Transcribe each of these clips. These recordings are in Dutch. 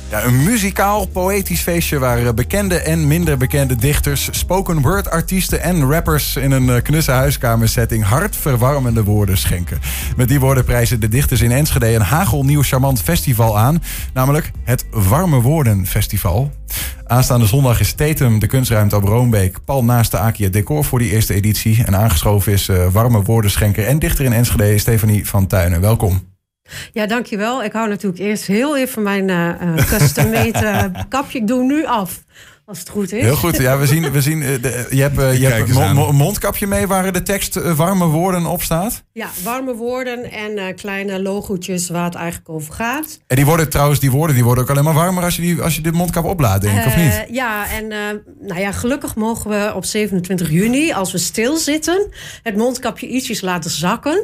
Ja, een muzikaal, poëtisch feestje waar bekende en minder bekende dichters, spoken word artiesten en rappers in een knusse huiskamersetting hartverwarmende woorden schenken. Met die woorden prijzen de dichters in Enschede een hagelnieuw charmant festival aan, namelijk het Warme Woorden Festival. Aanstaande zondag is Tatum, de kunstruimte op Roombeek, pal naast de Aki het decor voor die eerste editie. En aangeschoven is warme woordenschenker en dichter in Enschede, Stefanie van Tuinen. Welkom. Ja, dankjewel. Ik hou natuurlijk eerst heel even mijn custom-made kapje. Ik doe nu af, als het goed is. Heel goed. Ja, we zien je hebt een mondkapje mee waar de tekst warme woorden op staat. Ja, warme woorden en kleine logootjes waar het eigenlijk over gaat. En die woorden ook alleen maar warmer als je de mondkap oplaat, denk ik, of niet? Ja, en gelukkig mogen we op 27 juni, als we stilzitten, het mondkapje ietsjes laten zakken.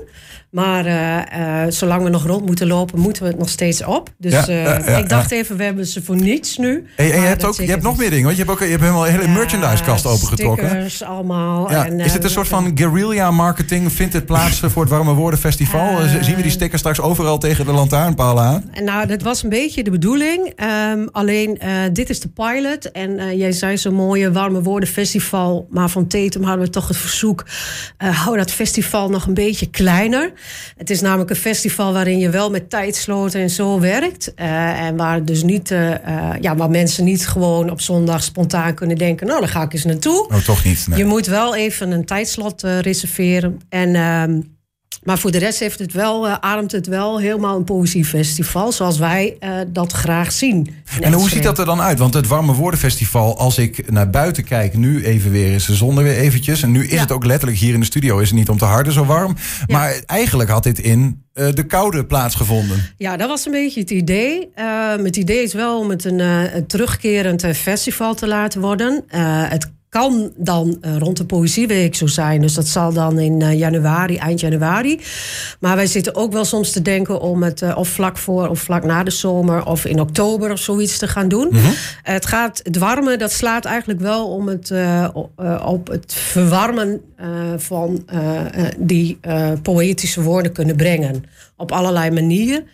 Maar zolang we nog rond moeten lopen, moeten we het nog steeds op. Dus ik dacht even, we hebben ze voor niets nu. En je hebt nog meer dingen, want je hebt helemaal een hele merchandise-kast opengetrokken. Stickers allemaal. Ja. En, is het een soort van guerrilla marketing? Vindt het plaats voor het Warme Woorden Festival? Zien we die stickers straks overal tegen de lantaarnpalen aan? Nou, dat was een beetje de bedoeling. Alleen, dit is de pilot. En jij zei zo'n mooie Warme Woorden Festival. Maar van Tatum hadden we toch het verzoek. Hou dat festival nog een beetje kleiner. Het is namelijk een festival waarin je wel met tijdsloten en zo werkt. En waar dus niet, waar mensen niet gewoon op zondag spontaan kunnen denken, nou, daar ga ik eens naartoe. Oh, toch niet. Nee. Je moet wel even een tijdslot reserveren. Maar voor de rest ademt het wel helemaal een poëziefestival, zoals wij dat graag zien. En hoe ziet dat er dan uit? Want het Warme Woorden Festival, als ik naar buiten kijk, nu even weer is de zon er weer eventjes. En nu is het ook letterlijk hier in de studio, is het niet om te harde zo warm. Ja. Maar eigenlijk had dit in de koude plaatsgevonden. Ja, dat was een beetje het idee. Het idee is wel om het een terugkerend festival te laten worden. Het kan dan rond de Poëzieweek zo zijn. Dus dat zal dan in eind januari. Maar wij zitten ook wel soms te denken om het of vlak voor of vlak na de zomer of in oktober of zoiets te gaan doen. Mm-hmm. Het warme, dat slaat eigenlijk wel om op het verwarmen van die poëtische woorden kunnen brengen. Op allerlei manieren.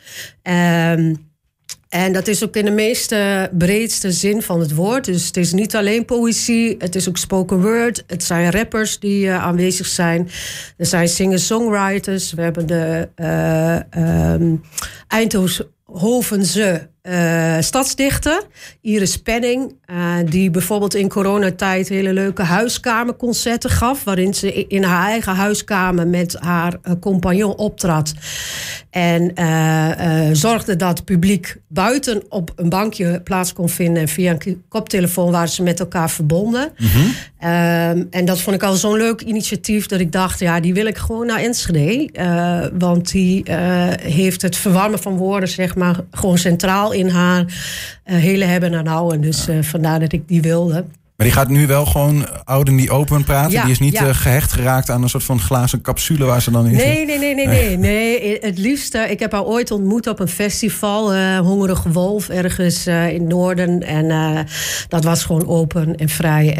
En dat is ook in de meeste breedste zin van het woord. Dus het is niet alleen poëzie, het is ook spoken word. Het zijn rappers die aanwezig zijn. Er zijn singer-songwriters. We hebben de Eindhovense stadsdichter Iris Penning, die bijvoorbeeld in coronatijd hele leuke huiskamerconcerten gaf, waarin ze in haar eigen huiskamer met haar compagnon optrad. En zorgde dat het publiek buiten op een bankje plaats kon vinden. En via een koptelefoon waren ze met elkaar verbonden. Mm-hmm. En dat vond ik al zo'n leuk initiatief dat ik dacht, ja, die wil ik gewoon naar Enschede. Want die heeft het verwarmen van woorden, zeg maar, gewoon centraal in haar hele hebben en houden. Dus vandaar dat ik die wilde. Maar die gaat nu wel gewoon oud en die open praten? Ja, die is niet gehecht geraakt aan een soort van glazen capsule waar ze dan in zit? Nee. Het liefst, ik heb haar ooit ontmoet op een festival, Hongerige Wolf, ergens in het noorden. En dat was gewoon open en vrij.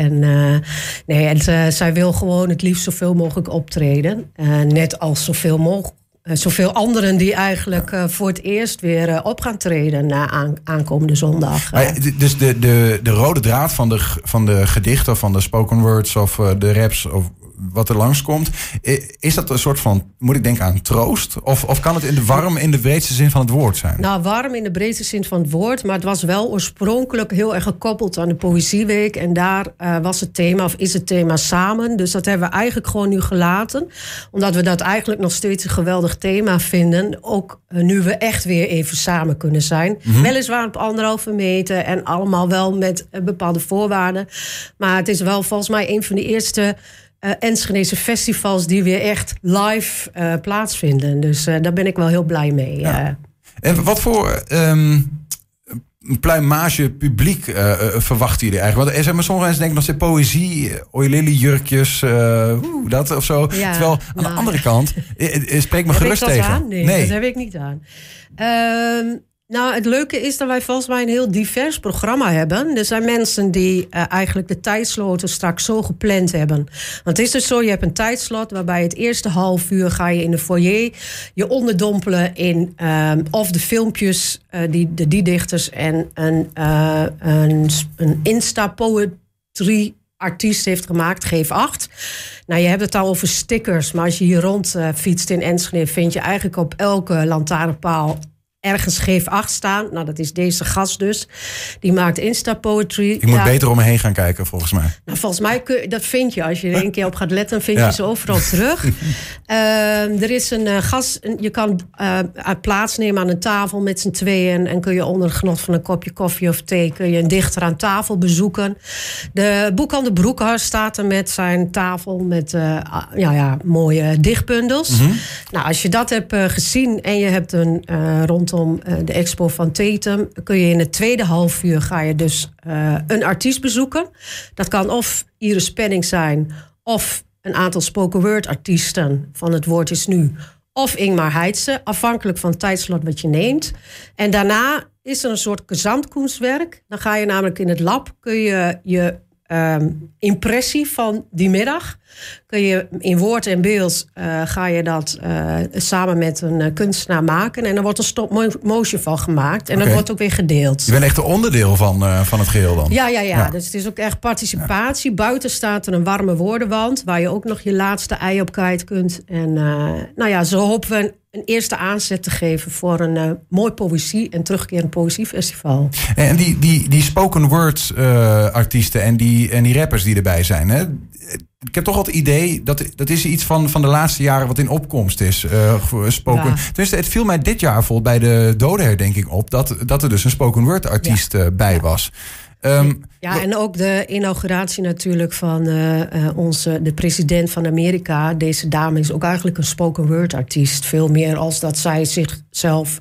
En zij wil gewoon het liefst zoveel mogelijk optreden. Net als zoveel anderen die eigenlijk voor het eerst weer op gaan treden aankomende zondag. Dus de rode draad van de gedichten, van de spoken words of de raps of wat er langskomt, is dat een soort van, moet ik denken aan troost? Of kan het warm in de breedste zin van het woord zijn? Nou, warm in de breedste zin van het woord, maar het was wel oorspronkelijk heel erg gekoppeld aan de Poëzieweek. En daar was het thema, of is het thema, samen. Dus dat hebben we eigenlijk gewoon nu gelaten. Omdat we dat eigenlijk nog steeds een geweldig thema vinden. Ook nu we echt weer even samen kunnen zijn. Mm-hmm. Weliswaar op 1,5 meter en allemaal wel met bepaalde voorwaarden. Maar het is wel volgens mij een van de eerste Enschedese festivals die weer echt live plaatsvinden. Dus daar ben ik wel heel blij mee. Ja. En wat voor pluimage publiek verwachten jullie eigenlijk? Want sommige mensen denken nog steeds poëzie, oililly-jurkjes, dat of zo. Ja, terwijl aan de andere kant, spreek me gerust tegen. Nee, dat heb ik niet aan. Nou, het leuke is dat wij volgens mij een heel divers programma hebben. Er zijn mensen die eigenlijk de tijdsloten straks zo gepland hebben. Want het is dus zo, je hebt een tijdslot waarbij het eerste half uur ga je in de foyer je onderdompelen in of de filmpjes die de dichters en een Insta-poetry artiest heeft gemaakt, Geef 8. Nou, je hebt het al over stickers, maar als je hier rond fietst in Enschede, vind je eigenlijk op elke lantaarnpaal ergens Geef 8 staan. Nou, dat is deze gast dus. Die maakt Insta-poetry. Ik moet beter om me heen gaan kijken, volgens mij. Nou, volgens mij dat vind je. Als je er een keer op gaat letten, vind je ze overal terug. Er is een gast. Je kan plaatsnemen aan een tafel met z'n tweeën. En kun je onder het genot van een kopje koffie of thee kun je een dichter aan tafel bezoeken. De boekhandel Broekhorst staat er met zijn tafel met mooie dichtbundels. Mm-hmm. Nou, als je dat hebt gezien en je hebt een rondom de expo van Tatum, kun je in het tweede half uur ga je dus een artiest bezoeken. Dat kan of Iris Penning zijn, of een aantal spoken word artiesten van Het Woord is Nu, of Ingmar Heitse, afhankelijk van het tijdslot wat je neemt. En daarna is er een soort gezamtkunstwerk. Dan ga je namelijk in het lab, kun je impressie van die middag, kun je in woord en beeld ga je dat samen met een kunstenaar maken. En er wordt een stop-motion van gemaakt. En dat wordt ook weer gedeeld. Je bent echt een onderdeel van het geheel dan? Ja. Dus het is ook echt participatie. Ja. Buiten staat er een warme woordenwand, waar je ook nog je laatste ei op kwijt kunt. En zo hopen we een eerste aanzet te geven voor een mooi poëzie- en terugkerend poëziefestival. En die spoken word artiesten en die rappers die erbij zijn, hè? Ik heb toch wel het idee dat is iets van de laatste jaren wat in opkomst is. Spoken. Ja. Tenminste, het viel mij dit jaar bijvoorbeeld bij de dodenherdenking op dat er dus een spoken word artiest bij was. En ook de inauguratie natuurlijk van de president van Amerika. Deze dame is ook eigenlijk een spoken word artiest. Veel meer als dat zij zichzelf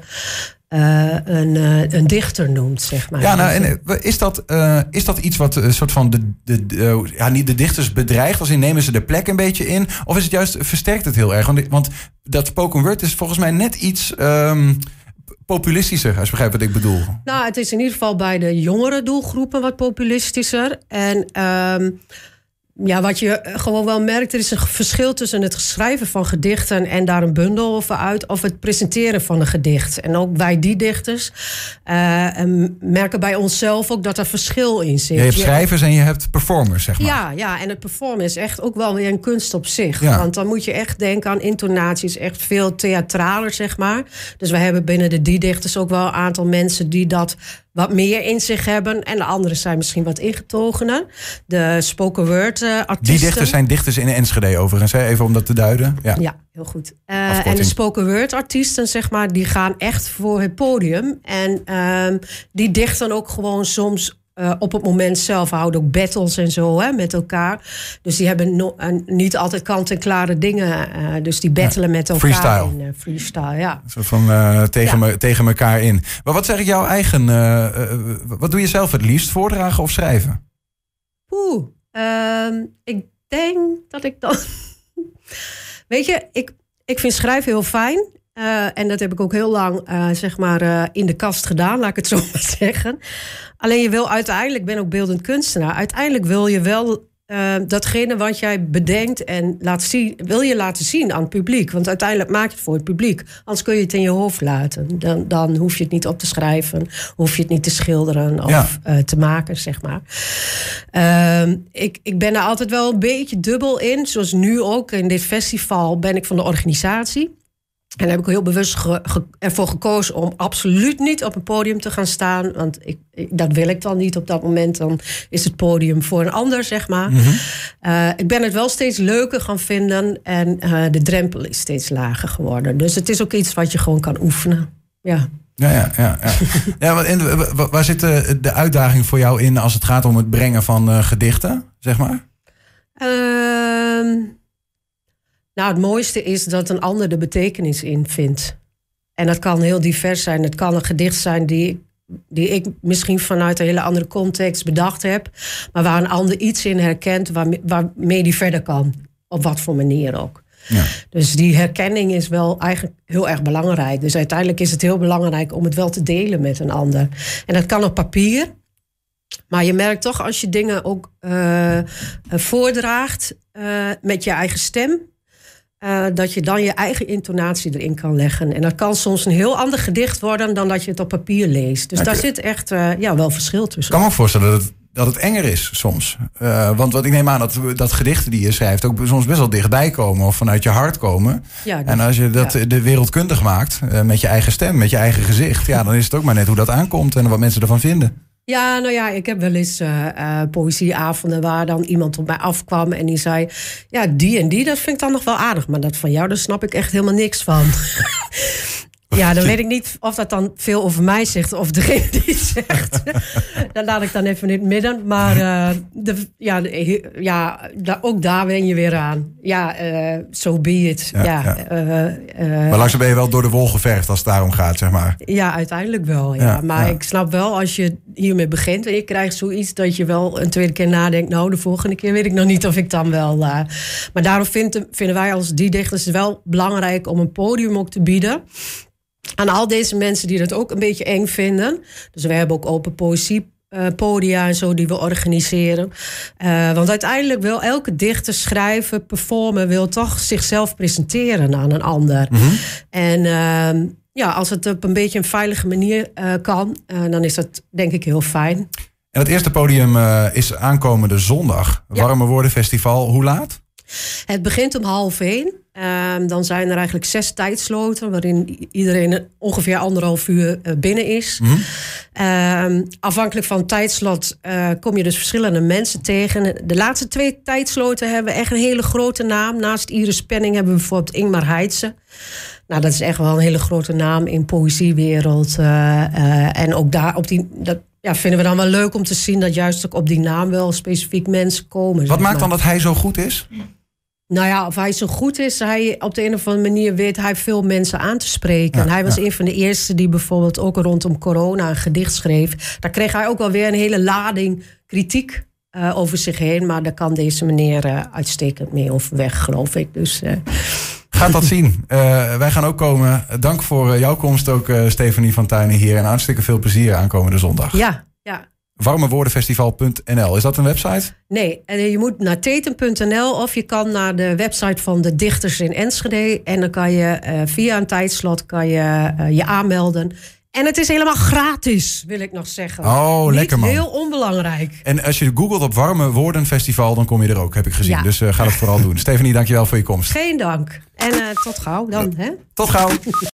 een dichter noemt, zeg maar. Ja, nou, en is dat iets wat een soort van niet de dichters bedreigt, als in nemen ze de plek een beetje in, of is het juist versterkt het heel erg? Want dat spoken word is volgens mij net iets populistischer, als je begrijpt wat ik bedoel. Nou, het is in ieder geval bij de jongere doelgroepen wat populistischer. En wat je gewoon wel merkt, er is een verschil tussen het schrijven van gedichten en daar een bundel over uit, of het presenteren van een gedicht. En ook bij die dichters merken bij onszelf ook dat er verschil in zit. Je hebt schrijvers en je hebt performers, zeg maar. Ja, en het performen is echt ook wel weer een kunst op zich. Ja. Want dan moet je echt denken aan intonaties, echt veel theatraler, zeg maar. Dus we hebben binnen die dichters ook wel een aantal mensen die dat wat meer in zich hebben. En de anderen zijn misschien wat ingetogener. De spoken word artiesten. Die dichters zijn dichters in Enschede overigens, hè? Even om dat te duiden. Ja, heel goed. En de spoken word artiesten, zeg maar, die gaan echt voor het podium. En die dichten ook gewoon soms op het moment zelf, houden ook battles en zo met elkaar. Dus die hebben niet altijd kant-en-klare dingen. Dus die battelen met elkaar. Freestyle. Freestyle, ja. Zo van tegen elkaar in. Maar wat zeg ik jouw eigen... wat doe je zelf het liefst? Voordragen of schrijven? Ik denk dat ik dan... Weet je, ik vind schrijven heel fijn. En dat heb ik ook heel lang in de kast gedaan, laat ik het zo maar zeggen. Alleen je wil uiteindelijk, ik ben ook beeldend kunstenaar, uiteindelijk wil je wel datgene wat jij bedenkt en wil je laten zien aan het publiek. Want uiteindelijk maak je het voor het publiek. Anders kun je het in je hoofd laten. Dan hoef je het niet op te schrijven, hoef je het niet te schilderen of te maken, zeg maar. Ik ben er altijd wel een beetje dubbel in. Zoals nu ook in dit festival ben ik van de organisatie. En daar heb ik heel bewust ervoor gekozen om absoluut niet op een podium te gaan staan. Want dat wil ik dan niet op dat moment. Dan is het podium voor een ander, zeg maar. Mm-hmm. Ik ben het wel steeds leuker gaan vinden. En de drempel is steeds lager geworden. Dus het is ook iets wat je gewoon kan oefenen. Ja. Waar zit de uitdaging voor jou in als het gaat om het brengen van gedichten, zeg maar? Nou, het mooiste is dat een ander de betekenis in vindt. En dat kan heel divers zijn. Het kan een gedicht zijn die ik misschien vanuit een hele andere context bedacht heb, maar waar een ander iets in herkent waarmee die verder kan. Op wat voor manier ook. Ja. Dus die herkenning is wel eigenlijk heel erg belangrijk. Dus uiteindelijk is het heel belangrijk om het wel te delen met een ander. En dat kan op papier. Maar je merkt toch als je dingen ook voordraagt met je eigen stem, dat je dan je eigen intonatie erin kan leggen. En dat kan soms een heel ander gedicht worden dan dat je het op papier leest. Dus daar zit echt wel verschil tussen. Ik kan me voorstellen dat het enger is soms. Want wat ik neem aan dat gedichten die je schrijft ook soms best wel dichtbij komen of vanuit je hart komen. Ja, en als je dat de wereldkundig maakt met je eigen stem, met je eigen gezicht, dan is het ook maar net hoe dat aankomt en wat mensen ervan vinden. Ja, nou ja, ik heb wel eens poëzieavonden waar dan iemand op mij afkwam en die zei, ja, die en die, dat vind ik dan nog wel aardig. Maar dat van jou, daar snap ik echt helemaal niks van. Ja, dan weet ik niet of dat dan veel over mij zegt of degene die het zegt. Dat laat ik dan even in het midden. Maar ook daar wen je weer aan. Ja, so be it. Maar langzaam ben je wel door de wol geverfd als het daarom gaat, zeg maar. Ja, uiteindelijk wel. Ja. Maar ik snap wel, als je hiermee begint en je krijgt zoiets dat je wel een tweede keer nadenkt, nou, de volgende keer weet ik nog niet of ik dan wel. Maar daarom vinden wij als die dichters het wel belangrijk om een podium ook te bieden aan al deze mensen die dat ook een beetje eng vinden. Dus we hebben ook open poëziepodia en zo die we organiseren. Want uiteindelijk wil elke dichter schrijven, performen, wil toch zichzelf presenteren aan een ander. Mm-hmm. En als het op een beetje een veilige manier kan, dan is dat denk ik heel fijn. En het eerste podium is aankomende zondag. Warme Woorden Festival. Hoe laat? Het begint om 12:30. Dan zijn er eigenlijk 6 tijdsloten waarin iedereen ongeveer 1,5 uur binnen is. Mm-hmm. Afhankelijk van het tijdslot kom je dus verschillende mensen tegen. De laatste 2 tijdsloten hebben echt een hele grote naam. Naast Iris Penning hebben we bijvoorbeeld Ingmar Heitse. Nou, dat is echt wel een hele grote naam in poëziewereld. En ook daar vinden we dan wel leuk om te zien dat juist ook op die naam wel specifiek mensen komen. Wat maakt dan dat hij zo goed is? Nou ja, of hij zo goed is, hij op de een of andere manier weet hij veel mensen aan te spreken. En hij was een van de eerste die bijvoorbeeld ook rondom corona een gedicht schreef. Daar kreeg hij ook wel weer een hele lading kritiek over zich heen. Maar daar kan deze meneer uitstekend mee overweg, geloof ik. Dus gaat dat zien. Wij gaan ook komen. Dank voor jouw komst ook, Stefanie van Tuinen hier. En hartstikke veel plezier aankomende zondag. Ja. Warmewoordenfestival.nl. Is dat een website? Nee, je moet naar teten.nl of je kan naar de website van de dichters in Enschede. En dan kan je via een tijdslot je aanmelden. En het is helemaal gratis, wil ik nog zeggen. Oh, lekker man. Niet heel onbelangrijk. En als je googelt op Warme Woorden Festival, dan kom je er ook, heb ik gezien. Ja. Dus ga dat vooral doen. Stefanie, dankjewel voor je komst. Geen dank. En tot gauw dan. Hè? Tot gauw.